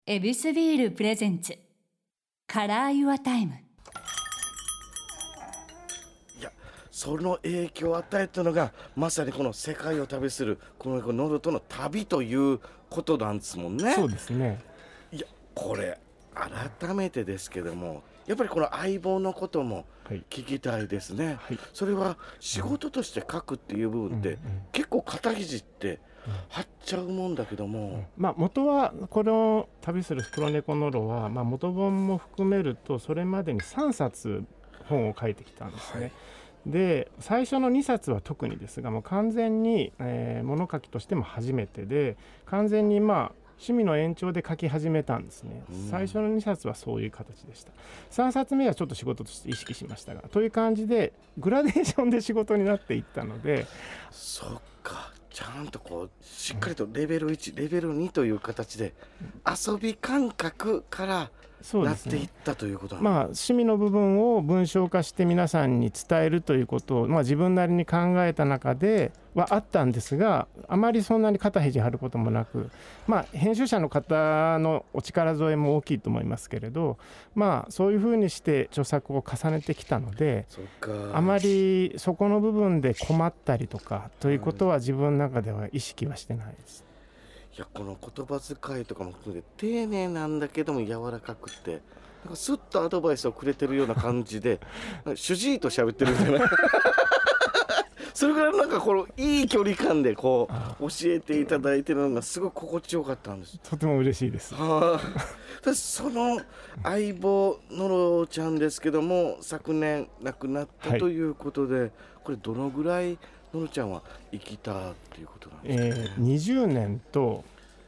エビスビールプレゼンツカラーユアタイム。 いや、その影響を与えたのがまさにこの世界を旅するこの喉との旅ということなんですもんね。 そうですね。 いや、これ改めてですけども、やっぱりこの相棒のことも聞きたいですね、 はい、 それは仕事として書くっていう部分って、結構肩肘って張っちゃうもんだけども、 元はこの旅する黒猫ノロは、元本も含めるとそれまでに3冊本を書いてきたんですね、で最初の2冊は特にですがもう完全に、物書きとしても初めてで、完全に趣味の延長で書き始めたんですね、最初の2冊はそういう形でした。3冊目はちょっと仕事として意識しましたが、という感じでグラデーションで仕事になっていったので、 そっか、ちゃんとこうしっかりとレベル1、レベル2という形で遊び感覚からなっていったということなんです。 趣味の部分を文章化して皆さんに伝えるということを、自分なりに考えた中ではあったんですが、あまりそんなに肩肘張ることもなく、編集者の方のお力添えも大きいと思いますけれど、そういうふうにして著作を重ねてきたので、あまりそこの部分で困ったりとかということは自分の中では意識はしてないです。 いや、この言葉遣いとかも含めて丁寧なんだけども柔らかくて、なんかスッとアドバイスをくれてるような感じで主治医と喋ってるみたいなそれぐらいなんかこのいい距離感でこう教えていただいてるのがすごい心地よかったんです。 とても嬉しいです。 その相棒のろちゃんですけども、昨年亡くなったということで、これどのぐらいのろちゃんは生きたっていうことなんですかね。 20年と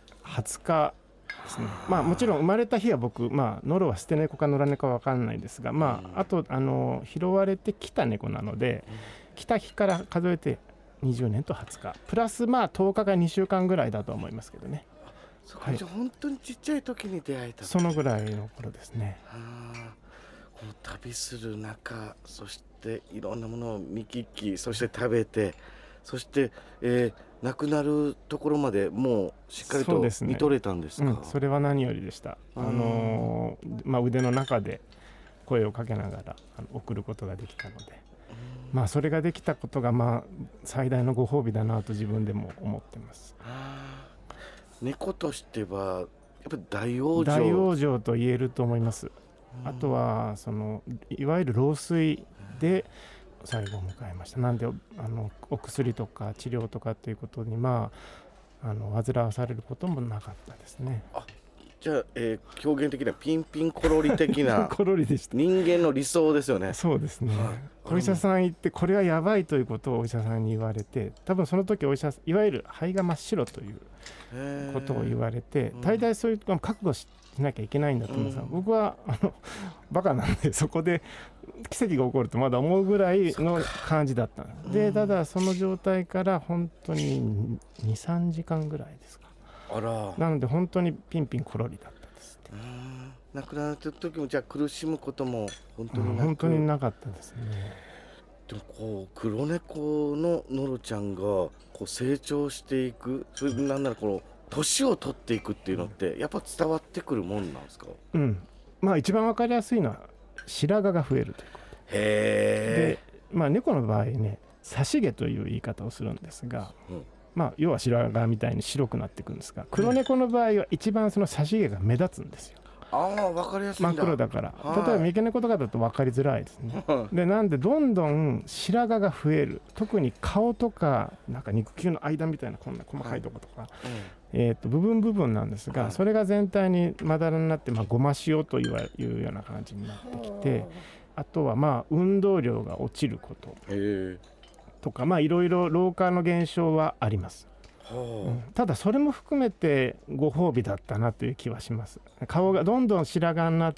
20日ですね。もちろん生まれた日は僕、ノロは捨て猫か野良猫か分かんないですが、あと拾われてきた猫なので、来た日から数えて20年と20日プラス10日か2週間ぐらいだと思いますけどね。 そこじゃ本当にちっちゃい時に出会えた、 そのぐらいの頃ですね。 この旅する中、そしていろんなものを見聞き、そして食べて、そして、亡くなるところまでもうしっかりと見とれたんですか。 それは何よりでした。腕の中で声をかけながら送ることができたので、それができたことが最大のご褒美だなと自分でも思ってます。 猫としてはやっぱり大往生と言えると思います。あとはいわゆる老衰で最後を迎えました。なんでお薬とか治療とかっていうことに煩わされることもなかったですね。 じゃあ、表現的なピンピンコロリ的なコロリでした。 人間の理想ですよね。 そうですね、お医者さん行ってこれはやばいということをお医者さんに言われて、多分その時いわゆる肺が真っ白ということを言われて、大体そういう覚悟しなきゃいけないんだと思うんですが、僕はバカなんでそこで奇跡が起こるとまだ思うぐらいの感じだったで、ただその状態から本当に 2,3 時間ぐらいですか。なので本当にピンピンコロリだったですって。 亡くなった時もじゃあ苦しむことも本当になかったですね。 でもこう黒猫のノロちゃんがこう成長していく、それでなんならこの年を取っていくっていうのってやっぱ伝わってくるもんなんですか。 一番わかりやすいのは白髪が増えるということで、猫の場合ね、差し毛という言い方をするんですが、要は白髪みたいに白くなっていくんですが、黒猫の場合は一番その差し毛が目立つんですよ。 分かりやすいんだ。 真っ黒だから、例えば三毛猫とかだと分かりづらいですね。でなんでどんどん白髪が増える、特に顔とかなんか肉球の間みたいなこんな細かいとことか、部分なんですが、それが全体にまだらになってごま塩というような感じになってきて、あとは運動量が落ちることとか、いろいろ老化の現象はあります。ただそれも含めてご褒美だったなという気はします。顔がどんどん白髪になって、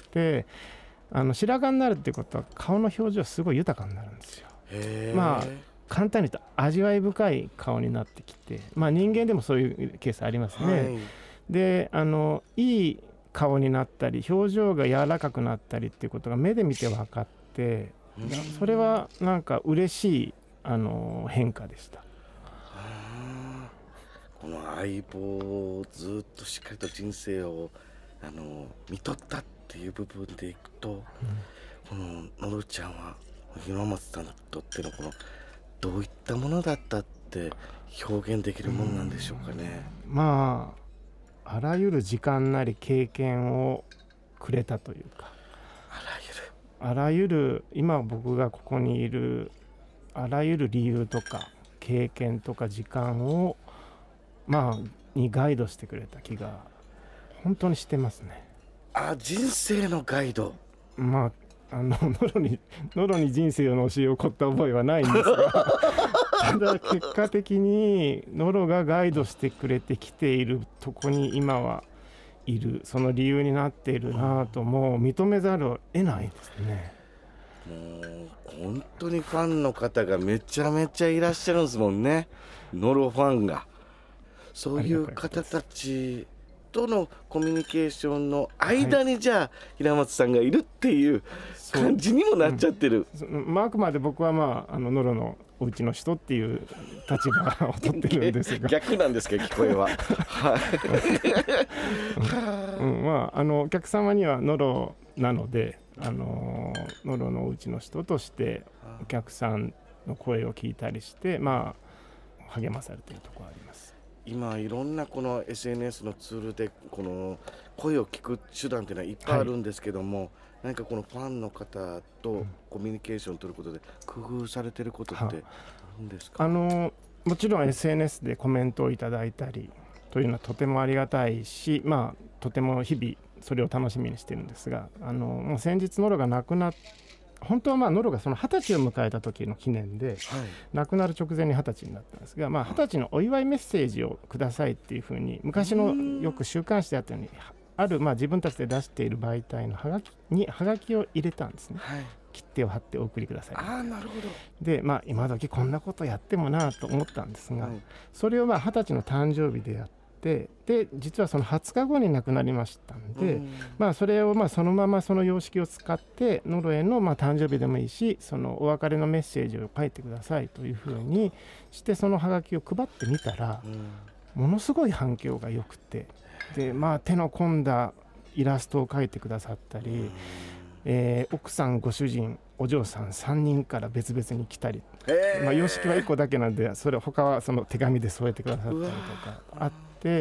白髪になるっていうことは顔の表情すごい豊かになるんですよ。簡単に言うと味わい深い顔になってきて、人間でもそういうケースありますね。でいい顔になったり表情が柔らかくなったりっていうことが目で見て分かって、それはなんか嬉しい変化でした。 この相棒をずっとしっかりと人生を見とったっていう部分でいくと、こののろちゃんは平松さんにとってのこのどういったものだったって表現できるものなんでしょうかね。 まああらゆる時間なり経験をくれたというか、あらゆる今僕がここにいるあらゆる理由とか経験とか時間をにガイドしてくれた気が本当にしてますね。 人生のガイド。 ノロに人生の教えを請った覚えはないんですがただ結果的にノロがガイドしてくれてきているとこに今はいる、その理由になっているなともう認めざるを得ないですね。 もう本当にファンの方がめちゃめちゃいらっしゃるんですもんね、ノロファンが。そういう方たちとのコミュニケーションの間にじゃあ平松さんがいるっていう感じにもなっちゃってる。 あくまで僕はノロのお家の人っていう立場を取ってるんですが逆なんですけど聞こえはお客様にはノロなので、ノロのお家の人としてお客さんの声を聞いたりして励まされているところがあります。 今いろんなこの SNS のツールでこの声を聞く手段っていうのはいっぱいあるんですけども、何かこのファンの方とコミュニケーションを取ることで工夫されてることってあるんですか？ もちろん SNS でコメントをいただいたりというのはとてもありがたいし、とても日々それを楽しみにしてるんですが、もう先日ノロが亡くなっ本当はノロがその20歳を迎えた時の記念で、亡くなる直前に20歳になったんですが、20歳のお祝いメッセージをくださいっていうふうに昔のよく週刊誌であったようにある自分たちで出している媒体のハガキを入れたんですね、切手を貼ってお送りください。 なるほど。 で今時こんなことやってもなと思ったんですが、それを20歳の誕生日でやって、で実はその20日後に亡くなりましたんで、それをそのままその様式を使ってノロへの誕生日でもいいし、そのお別れのメッセージを書いてくださいというふうにしてそのハガキを配ってみたら、ものすごい反響が良くて、で手の込んだイラストを描いてくださったり、奥さんご主人お嬢さん3人から別々に来たり、様式は1個だけなんでそれ他はその手紙で添えてくださったりとかあって、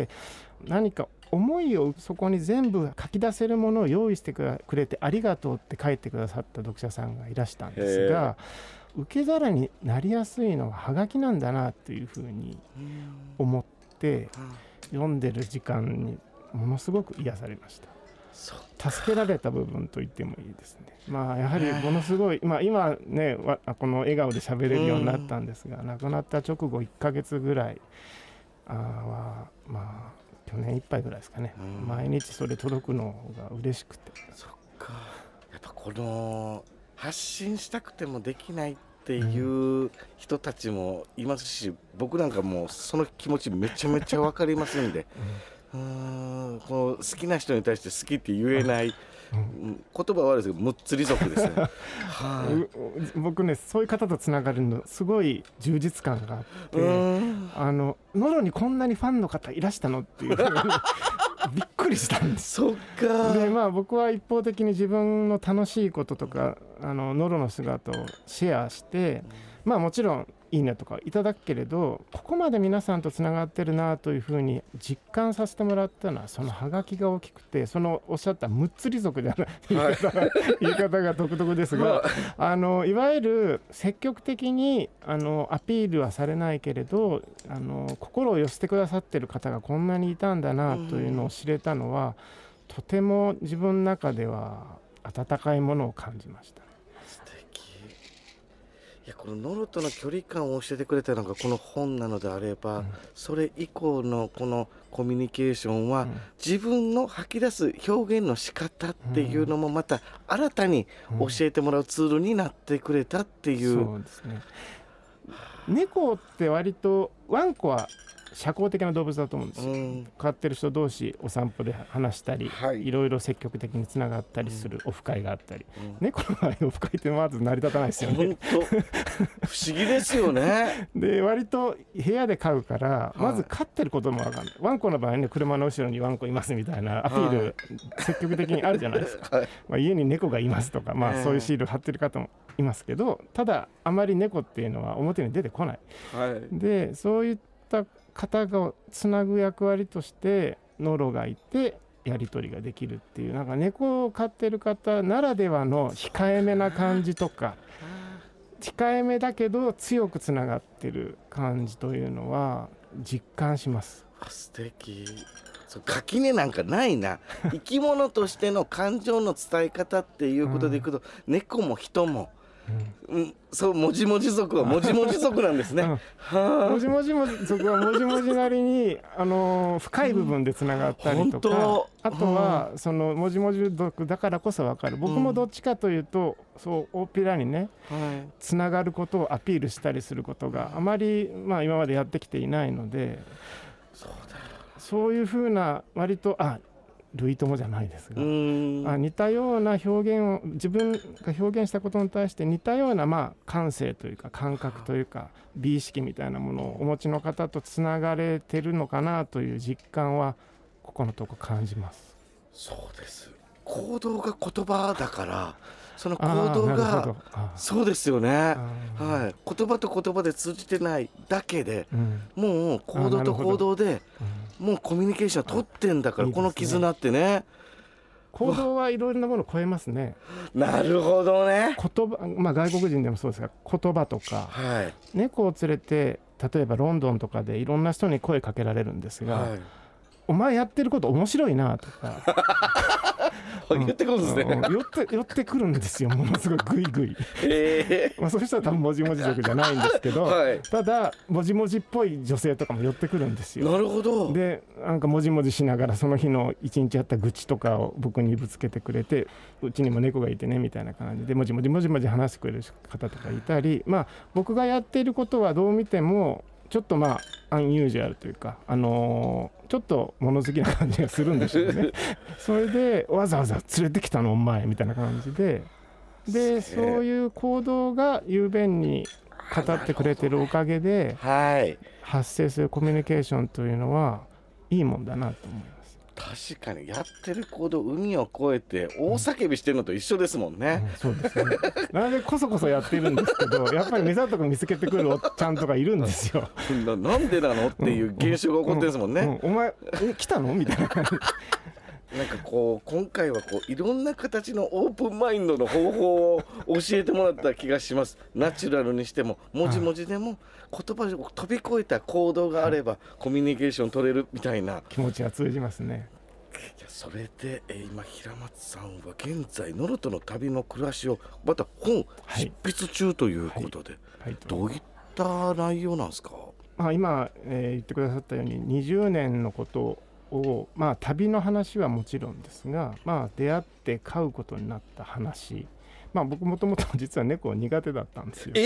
何か思いをそこに全部書き出せるものを用意してくれてありがとうって書いてくださった読者さんがいらしたんですが、受け皿になりやすいのはハガキなんだなというふうに思って読んでる時間にものすごく癒されました。助けられた部分と言ってもいいですね。やはりものすごい、今ねこの笑顔で喋れるようになったんですが、亡くなった直後1ヶ月ぐらいは去年いっぱいぐらいですかね、毎日それ届くのが嬉しくて。 そっか、やっぱこの発信したくてもできないっていう人たちもいますし、僕なんかもうその気持ちめちゃめちゃ分かりますんで、この好きな人に対して好きって言えない、言葉は悪いですけどむっつり族ですね僕ねそういう方とつながるのすごい充実感があって、ノロにこんなにファンの方いらしたのっていうびっくりしたんです。 そっか。 で僕は一方的に自分の楽しいこととかノロの姿をシェアして、もちろんいいねとかいただくけれど、ここまで皆さんとつながってるなというふうに実感させてもらったのはそのハガキが大きくて、そのおっしゃったむっつり族ではない言い方が独特ですが、いわゆる積極的にアピールはされないけれど心を寄せてくださってる方がこんなにいたんだなというのを知れたのは、とても自分の中では温かいものを感じました。 いや、このノロとの距離感を教えてくれたのがこの本なのであれば、それ以降のこのコミュニケーションは、自分の吐き出す表現の仕方っていうのもまた新たに教えてもらうツールになってくれたっていう、 そうですね。猫って割とワンコは社交的な動物だと思うんですよ。飼ってる人同士お散歩で話したり、いろいろ積極的につながったりするオフ会があったり、猫の場合オフ会ってまず成り立たないですよね。 本当不思議ですよね。 で割と部屋で飼うからまず飼ってることも分かんない。ワンコの場合ね、車の後ろにワンコいますみたいなアピール積極的にあるじゃないですか、家に猫がいますとか、そういうシール貼ってる方もいますけど、ただあまり猫っていうのは表に出てこない、でそういった方がつなぐ役割としてノロがいてやり取りができるっていう、なんか猫を飼ってる方ならではの控えめな感じとか、控えめだけど強くつながってる感じというのは実感します。 素敵。垣根なんかないな。生き物としての感情の伝え方っていうことでいくと、猫も人もそうもじもじ族はもじもじ族なんですね。 もじもじ族はもじもじなりに深い部分でつながったりとか、あとはそのもじもじ族だからこそ分かる。僕もどっちかというとそう大っぴらにね、つながることをアピールしたりすることがあまり今までやってきていないので、そういうふうな割と類友じゃないですが、似たような表現を自分が表現したことに対して似たような感性というか感覚というか美意識みたいなものをお持ちの方とつながれてるのかなという実感はここのとこ感じます。 そうです。行動が言葉だからその行動がそうですよね、言葉と言葉で通じてないだけで、もう行動と行動でもうコミュニケーション取ってんだから、この絆ってね、 行動はいろいろなものを超えますね。 なるほどね。 言葉、外国人でもそうですが言葉とか、猫を連れて例えばロンドンとかでいろんな人に声かけられるんですが、お前やってること面白いなとか言ってくるんですね。 寄ってくるんですよ、ものすごいグイグイ。そういう人は多分もじもじ族じゃないんですけど、ただもじもじっぽい女性とかも寄ってくるんですよ。 なるほど。 でなんかもじもじしながらその日の一日あった愚痴とかを僕にぶつけてくれて、うちにも猫がいてねみたいな感じでもじもじ話してくれる方とかいたり、僕がやっていることはどう見てもちょっとアンユージュアルというか、ちょっと物好きな感じがするんでしょうね。それでわざわざ連れてきたのお前みたいな感じで、そういう行動が雄弁に語ってくれてるおかげで、発生するコミュニケーションというのはいいもんだなと思います。 確かにやってる行動、海を越えて大叫びしてるのと一緒ですもんね。 そうですね。なのでこそやってるんですけど、やっぱり目ざとく見つけてくるおっちゃんとかいるんですよ。 なんでなのっていう現象が起こってるんですもんね。 お前来たのみたいな感じ。 なんか今回はいろんな形のオープンマインドの方法を教えてもらった気がします。ナチュラルにしてももじもじでも言葉を飛び越えた行動があればコミュニケーション取れるみたいな気持ちが通じますね。 それで今平松さんは現在ノロとの旅の暮らしをまた本執筆中ということで、どういった内容なんですか？ 今、言ってくださったように20年のことを旅の話はもちろんですが、出会って飼うことになった話、僕もともと実は猫苦手だったんですよ。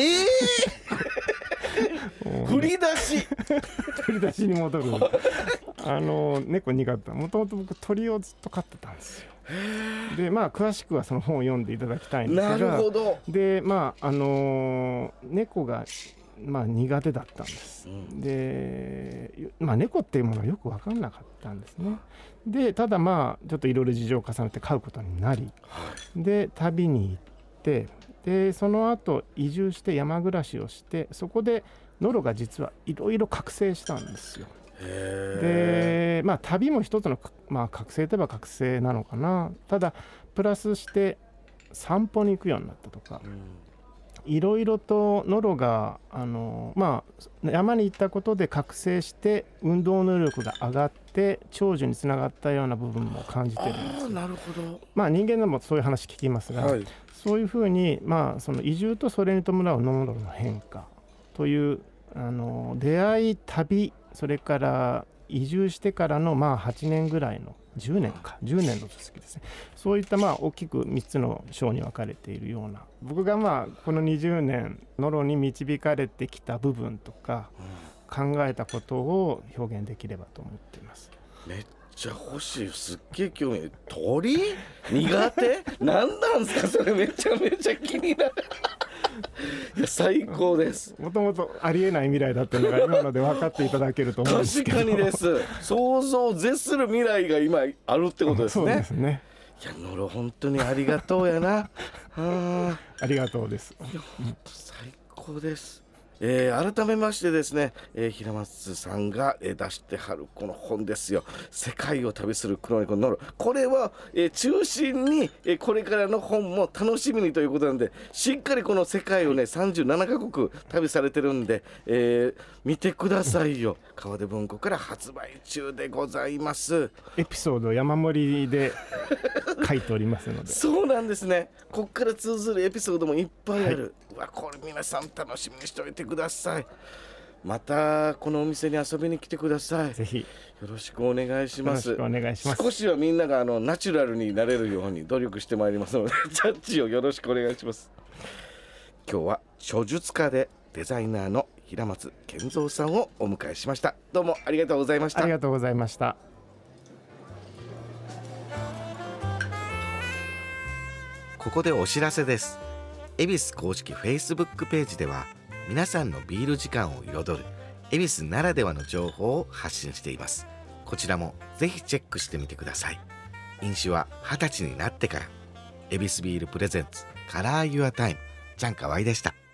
振り出しに戻る。猫苦手。もともと僕鳥をずっと飼ってたんですよ。で詳しくはその本を読んでいただきたいんですが、 なるほど。 で猫が苦手だったんです、で猫っていうものはよく分かんなかったんですね。でただちょっといろいろ事情を重ねて飼うことになり、で旅に行って、でその後移住して山暮らしをして、そこでノロが実はいろいろ覚醒したんですよ。で旅も一つの、覚醒といえば覚醒なのかな。ただプラスして散歩に行くようになったとか、いろいろとノロが山に行ったことで覚醒して運動能力が上がって長寿につながったような部分も感じてるんですよ。 なるほど。 人間でもそういう話聞きますが、そういうふうにその移住とそれに伴うノロの変化という出会い、旅、それから移住してからの8年ぐらいの10年の続きですね。そういった大きく3つの章に分かれているような、僕がこの20年ノロに導かれてきた部分とか、 考えたことを表現できればと思っています。 めっちゃ欲しい、すっげえ興味。鳥苦手何なんですかそれ、めちゃめちゃ気になるいや最高です。 もともとありえない未来だっていうのが今ので分かっていただけると思うんですけど確かにです。想像を絶する未来が今あるってことですね。 そうですね。 いやノロ本当にありがとうやなありがとうです。 いや本当最高です。改めましてですね、平松さんが、出してはるこの本ですよ、世界を旅する黒猫ノロ。これは、中心に、これからの本も楽しみにということなんで、しっかりこの世界をね37カ国旅されてるんで、見てくださいよ。川出文庫から発売中でございます。 エピソード山盛りで書いておりますのでそうなんですね。こっから通ずるエピソードもいっぱいある、うわこれ皆さん楽しみにしておいてください。またこのお店に遊びに来てください。 ぜひよろしくお願いします。 よろしくお願いします。 少しはみんながナチュラルになれるように努力してまいりますのでジャッジをよろしくお願いします。今日は書術家でデザイナーの平松健三さんをお迎えしました。どうもありがとうございました。 ありがとうございました。 ここでお知らせです。恵比寿公式 Facebook ページでは皆さんのビール時間を彩る恵比寿ならではの情報を発信しています。こちらもぜひチェックしてみてください。飲酒は20歳になってから。恵比寿ビールプレゼンツカラーユアタイム、ちゃんかわいでした。